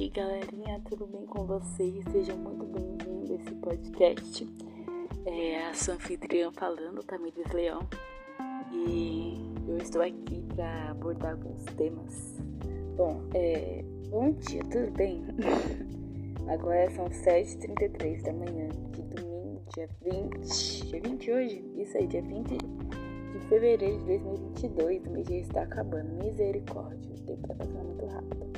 aí, galerinha, tudo bem com vocês? Sejam muito bem-vindos a esse podcast. A sua anfitriã falando, Tamires Leão. E eu estou aqui para abordar alguns temas. Bom dia, tudo bem? Agora são 7h33 da manhã de domingo, dia 20 hoje? Isso aí, dia 20 de fevereiro de 2022. O mês já está acabando, misericórdia, o tempo está passando muito rápido.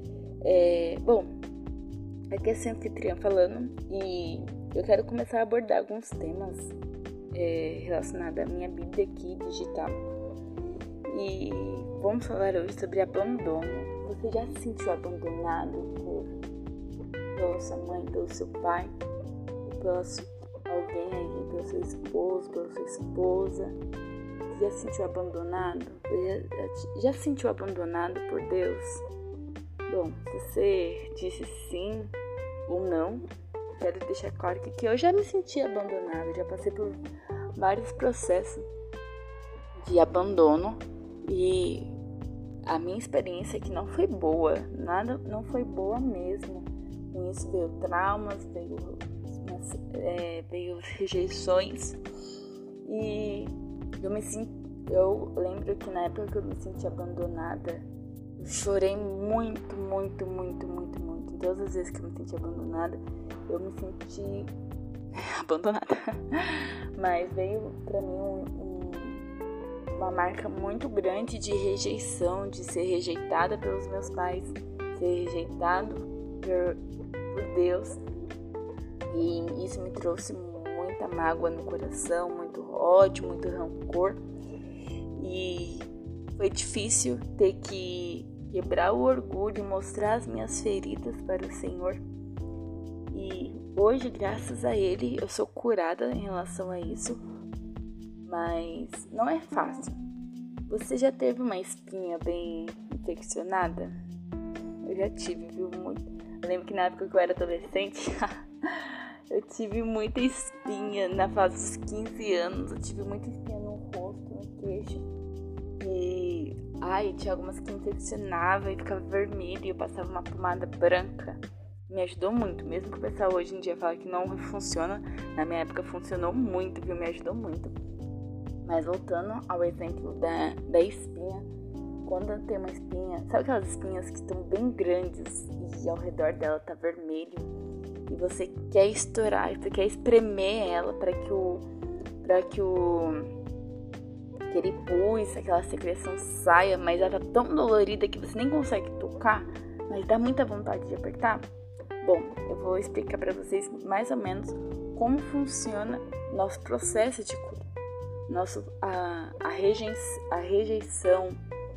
Aqui é a anfitriã falando e eu quero começar a abordar alguns temas relacionados à minha Bíblia aqui digital. E vamos falar hoje sobre abandono. Você já se sentiu abandonado pela sua mãe, pelo seu pai, pela alguém aí, pelo seu esposo, pela sua esposa? Você já se sentiu abandonado? Já se sentiu abandonado por Deus? Bom, se você disse sim ou não, quero deixar claro que eu já me senti abandonada, já passei por vários processos de abandono e a minha experiência aqui não foi boa, não foi boa mesmo. Com isso veio traumas, veio rejeições e eu lembro que na época que eu me senti abandonada, eu chorei muito. Em todas as vezes que eu me senti abandonada, eu me senti abandonada. Mas veio pra mim uma marca muito grande de rejeição, de ser rejeitada pelos meus pais, ser rejeitado por Deus. E isso me trouxe muita mágoa no coração, muito ódio, muito rancor. E foi difícil ter que quebrar o orgulho e mostrar as minhas feridas para o Senhor. E hoje, graças a Ele, eu sou curada em relação a isso. Mas não é fácil. Você já teve uma espinha bem infeccionada? Eu já tive, viu? Muito. Eu lembro que na época que eu era adolescente, eu tive muita espinha. Na fase dos 15 anos, eu tive muita espinha no rosto, no queixo. E tinha algumas que infeccionava e ficava vermelho e eu passava uma pomada branca. Me ajudou muito, mesmo que o pessoal hoje em dia fala que não funciona, na minha época funcionou muito, viu? Me ajudou muito. Mas voltando ao exemplo da espinha, quando tem uma espinha, sabe aquelas espinhas que estão bem grandes e ao redor dela tá vermelho e você quer estourar, você quer espremer ela para que aquele pus, aquela secreção saia, mas ela tá tão dolorida que você nem consegue tocar, mas dá muita vontade de apertar? Bom, eu vou explicar para vocês mais ou menos como funciona nosso processo de cura. A rejeição,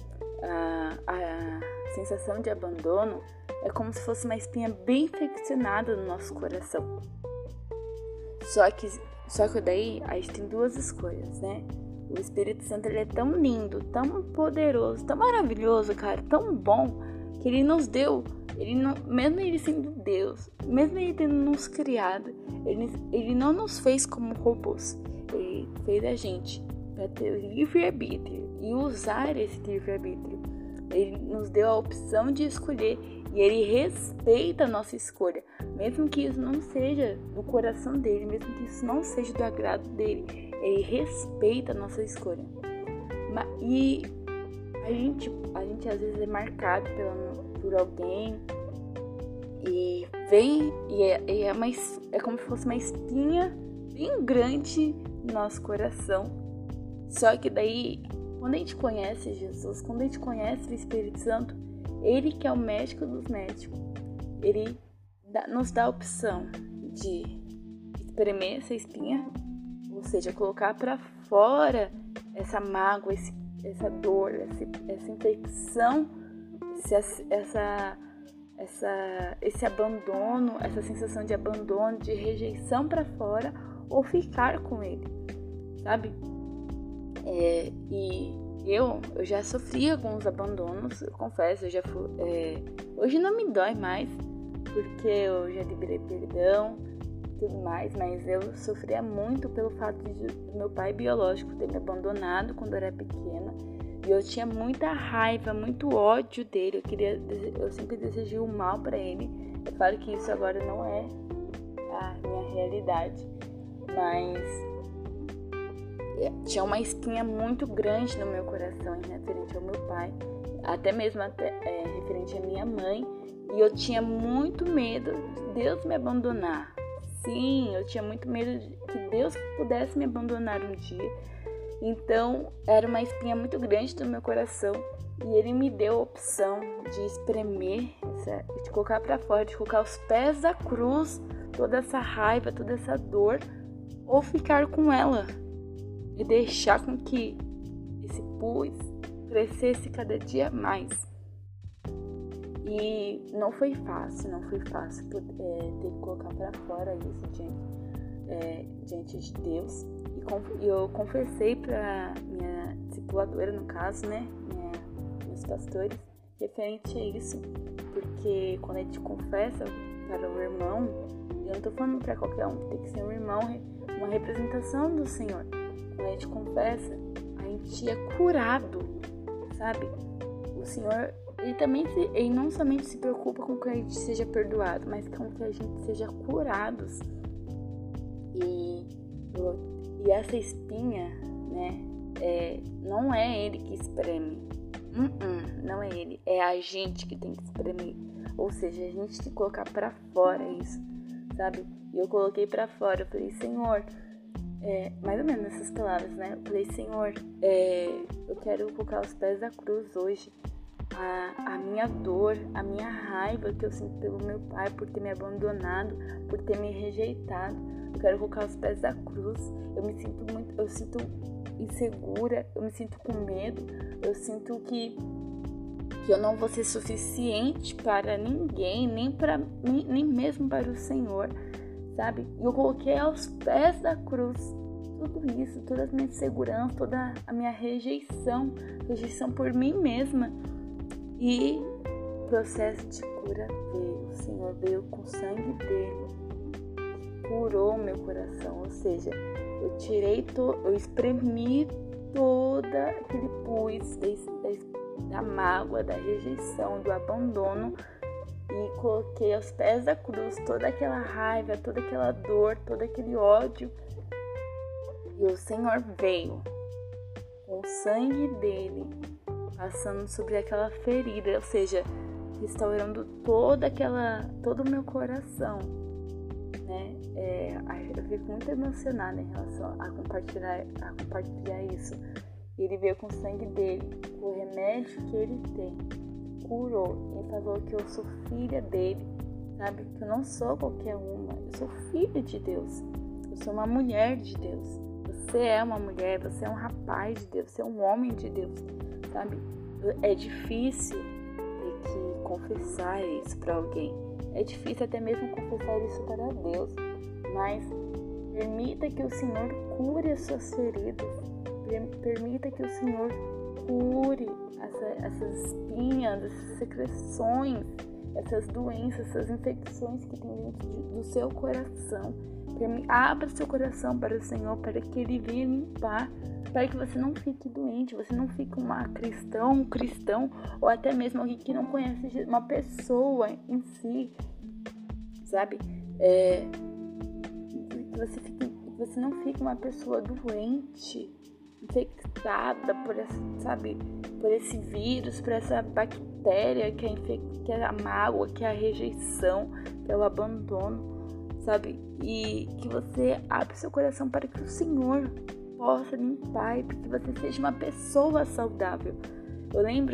a sensação de abandono é como se fosse uma espinha bem infeccionada no nosso coração. Só que daí a gente tem duas escolhas, né? O Espírito Santo, ele é tão lindo, tão poderoso, tão maravilhoso, cara, tão bom, que ele nos deu, mesmo ele sendo Deus, mesmo ele tendo nos criado, ele não nos fez como robôs. Ele fez a gente para ter o livre-arbítrio e usar esse livre-arbítrio. Ele nos deu a opção de escolher e ele respeita a nossa escolha, mesmo que isso não seja do coração dele, mesmo que isso não seja do agrado dele. Ele respeita a nossa escolha. E a gente às vezes é marcado por alguém e vem é como se fosse uma espinha bem grande no nosso coração. Só que daí, quando a gente conhece Jesus, quando a gente conhece o Espírito Santo, Ele que é o médico dos médicos, Ele nos dá a opção de espremer essa espinha, ou seja, colocar para fora essa mágoa, essa dor, essa infecção, esse abandono, essa sensação de abandono, de rejeição para fora, ou ficar com ele, sabe? E eu já sofri alguns abandonos, eu confesso, hoje não me dói mais, porque eu já liberei perdão e tudo mais, mas eu sofria muito pelo fato do meu pai biológico ter me abandonado quando eu era pequena, E eu tinha muita raiva, muito ódio dele. Eu sempre desejei o mal pra ele. É claro que isso agora não é a minha realidade, mas tinha uma espinha muito grande no meu coração referente ao meu pai, até mesmo referente à minha mãe. E eu tinha muito medo de Deus me abandonar. Sim, eu tinha muito medo de que Deus pudesse me abandonar um dia. Então, era uma espinha muito grande no meu coração. E ele me deu a opção de espremer, de colocar pra fora, de colocar aos pés da cruz toda essa raiva, toda essa dor, ou ficar com ela e deixar com que esse pus crescesse cada dia mais. E não foi fácil ter que colocar pra fora isso diante de Deus. E eu confessei pra minha discipuladora, no caso, né, meus pastores, referente a isso, porque quando a gente confessa para o irmão, eu não tô falando pra qualquer um, tem que ser um irmão, uma representação do Senhor. Quando a gente confessa, a gente é curado, sabe? O Senhor, ele não somente se preocupa com que a gente seja perdoado, mas com que a gente seja curados. E essa espinha, né, não é ele que espreme. Não é ele, é a gente que tem que espremer. Ou seja, a gente tem que colocar pra fora isso, sabe? E eu coloquei pra fora, eu falei, Senhor, mais ou menos essas palavras, né? Eu falei, Senhor, eu quero colocar aos pés da cruz hoje a minha dor, a minha raiva que eu sinto pelo meu pai por ter me abandonado, por ter me rejeitado. Eu quero colocar aos pés da cruz. Eu sinto insegura, eu me sinto com medo, eu sinto que eu não vou ser suficiente para ninguém, nem mesmo para o Senhor, sabe? E eu coloquei aos pés da cruz tudo isso, toda a minha insegurança, toda a minha rejeição por mim mesma. E o processo de cura veio. O Senhor veio com o sangue dele, curou meu coração. Ou seja, eu espremi toda aquele pus da mágoa, da rejeição, do abandono, e coloquei aos pés da cruz toda aquela raiva, toda aquela dor, todo aquele ódio. E o Senhor veio com o sangue dele, passando sobre aquela ferida, ou seja, restaurando todo o meu coração, né? Eu fico muito emocionada em relação a compartilhar isso. Ele veio com o sangue dele, o remédio que ele tem, curou. Ele falou que eu sou filha dele, sabe? Que eu não sou qualquer uma, eu sou filha de Deus, eu sou uma mulher de Deus. Você é uma mulher, você é um rapaz de Deus, você é um homem de Deus, sabe? É difícil ter que confessar isso para alguém. É difícil até mesmo confessar isso para Deus. Mas permita que o Senhor cure as suas feridas. Permita que o Senhor cure essas espinhas, essas secreções, essas doenças, essas infecções que tem dentro do seu coração. Abra seu coração para o Senhor, para que Ele venha limpar, para que você não fique doente, você não fique um cristão, ou até mesmo alguém que não conhece uma pessoa em si, sabe? Que você não fique uma pessoa doente, infectada por esse vírus, por essa bactéria que é a mágoa, que é a rejeição, que é o abandono, sabe? E que você abra seu coração para que o Senhor possa limpar e para que você seja uma pessoa saudável. Eu lembro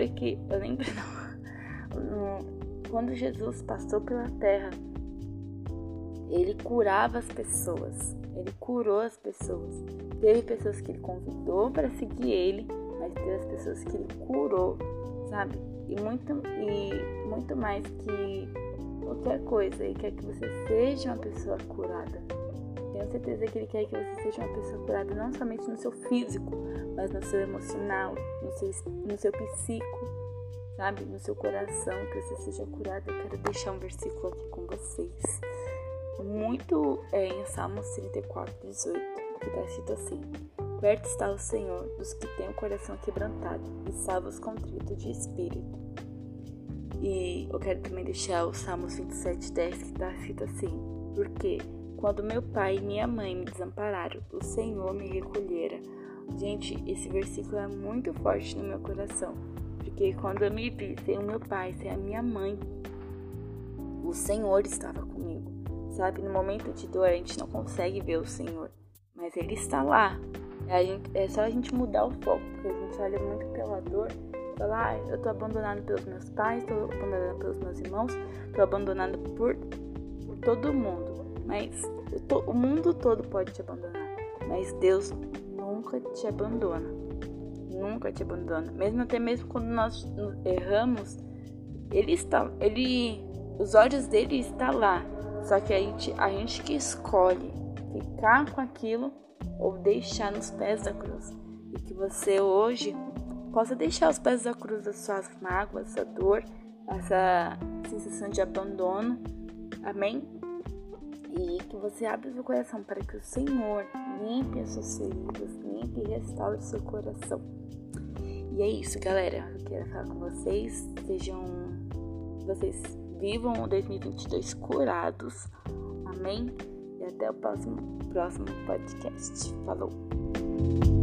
quando Jesus passou pela terra, ele curava as pessoas, ele curou as pessoas. Teve pessoas que ele convidou para seguir ele, mas teve as pessoas que ele curou, sabe? E muito mais que qualquer coisa, ele quer que você seja uma pessoa curada. Tenho certeza que ele quer que você seja uma pessoa curada, não somente no seu físico, mas no seu emocional, no seu psíquico, sabe? No seu coração, que você seja curado. Eu quero deixar um versículo aqui com vocês. Muito em Salmos 34, 18, que está escrito assim: Perto está o Senhor dos que têm o coração quebrantado e salva os contritos de espírito. E eu quero também deixar o Salmos 27:10, que está escrito assim: porque quando meu pai e minha mãe me desampararam, o Senhor me recolhera. Gente, esse versículo é muito forte no meu coração, porque quando eu me vi sem o meu pai, sem a minha mãe, o Senhor estava comigo, sabe? No momento de dor a gente não consegue ver o Senhor, mas Ele está lá. É só a gente mudar o foco, porque a gente olha muito pela dor, fala, eu tô abandonado pelos meus pais, tô abandonado pelos meus irmãos, tô abandonado por todo mundo. Mas o mundo todo pode te abandonar, mas Deus nunca te abandona. Nunca te abandona. Até mesmo quando nós erramos, os olhos dele estão lá. Só que a gente que escolhe ficar com aquilo ou deixar nos pés da cruz. E que você hoje possa deixar os pés da cruz as suas mágoas, essa dor, essa sensação de abandono. Amém? E que você abra o seu coração para que o Senhor limpe as suas feridas, limpe e restaure o seu coração. E é isso, galera. Eu quero falar com vocês. Vocês vivam o 2022 curados. Amém? E até o próximo podcast. Falou!